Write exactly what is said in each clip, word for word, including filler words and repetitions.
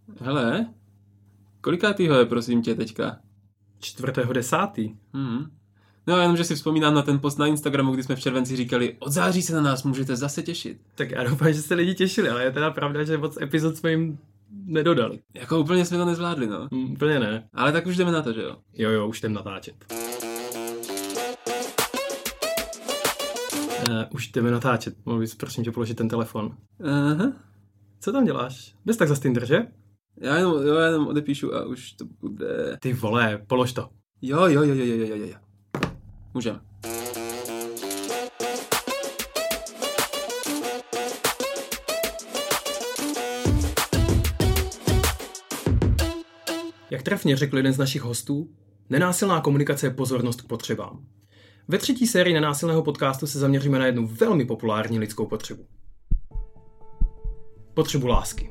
Hele, kolikátýho je, prosím tě, teďka? Čtvrtého desátý. Hmm. No jenom, že si vzpomínám na ten post na Instagramu, kdy jsme v červenci říkali, od září se na nás můžete zase těšit. Tak já doufám, že se lidi těšili, ale je teda pravda, že moc epizod jsme jim nedodali. Jako úplně jsme to nezvládli, no. Mm, úplně ne. Ale tak už jdeme na to, že jo? Jo, jo, už jdem natáčet. Uh, už jdeme natáčet. Mohl bys prosím tě položit ten telefon. Aha. Co tam děláš? Bys tak za Tinder, že? Já jenom, jo, já jenom odepíšu a už to bude. Ty vole, polož to. Jo, jo, jo, jo, jo, jo, jo. Můžeme. Jak trefně řekl jeden z našich hostů, nenásilná komunikace je pozornost k potřebám. Ve třetí sérii nenásilného podcastu se zaměříme na jednu velmi populární lidskou potřebu. Potřebu lásky.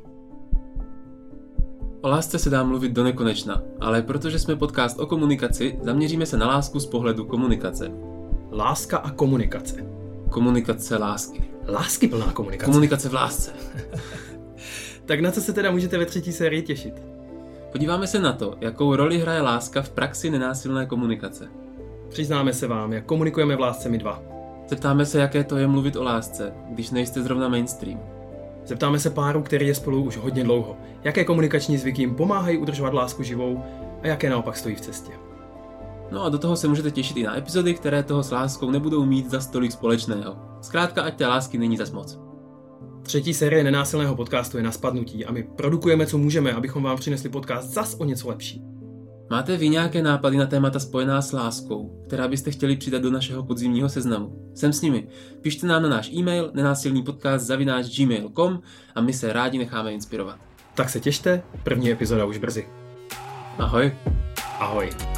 O lásce se dá mluvit do nekonečna, ale protože jsme podcast o komunikaci, zaměříme se na lásku z pohledu komunikace. Láska a komunikace. Komunikace lásky. Lásky plná komunikace. Komunikace v lásce. Tak na co se teda můžete ve třetí sérii těšit? Podíváme se na to, jakou roli hraje láska v praxi nenásilné komunikace. Přiznáme se vám, jak komunikujeme v lásce my dva. Zeptáme se, jaké to je mluvit o lásce, když nejste zrovna mainstream. Zeptáme se páru, který je spolu už hodně dlouho, jaké komunikační zvyky jim pomáhají udržovat lásku živou a jaké naopak stojí v cestě. No a do toho se můžete těšit i na epizody, které toho s láskou nebudou mít za tolik společného. Zkrátka, ať té lásky není zas moc. Třetí série nenásilného podcastu je na spadnutí a my produkujeme, co můžeme, abychom vám přinesli podcast zas o něco lepší. Máte vy nějaké nápady na témata spojená s láskou, která byste chtěli přidat do našeho podzimního seznamu? Jsem s nimi. Pište nám na náš e-mail nenásilnýpodcast zavináč gmail tečka com a my se rádi necháme inspirovat. Tak se těšte, první epizoda už brzy. Ahoj. Ahoj.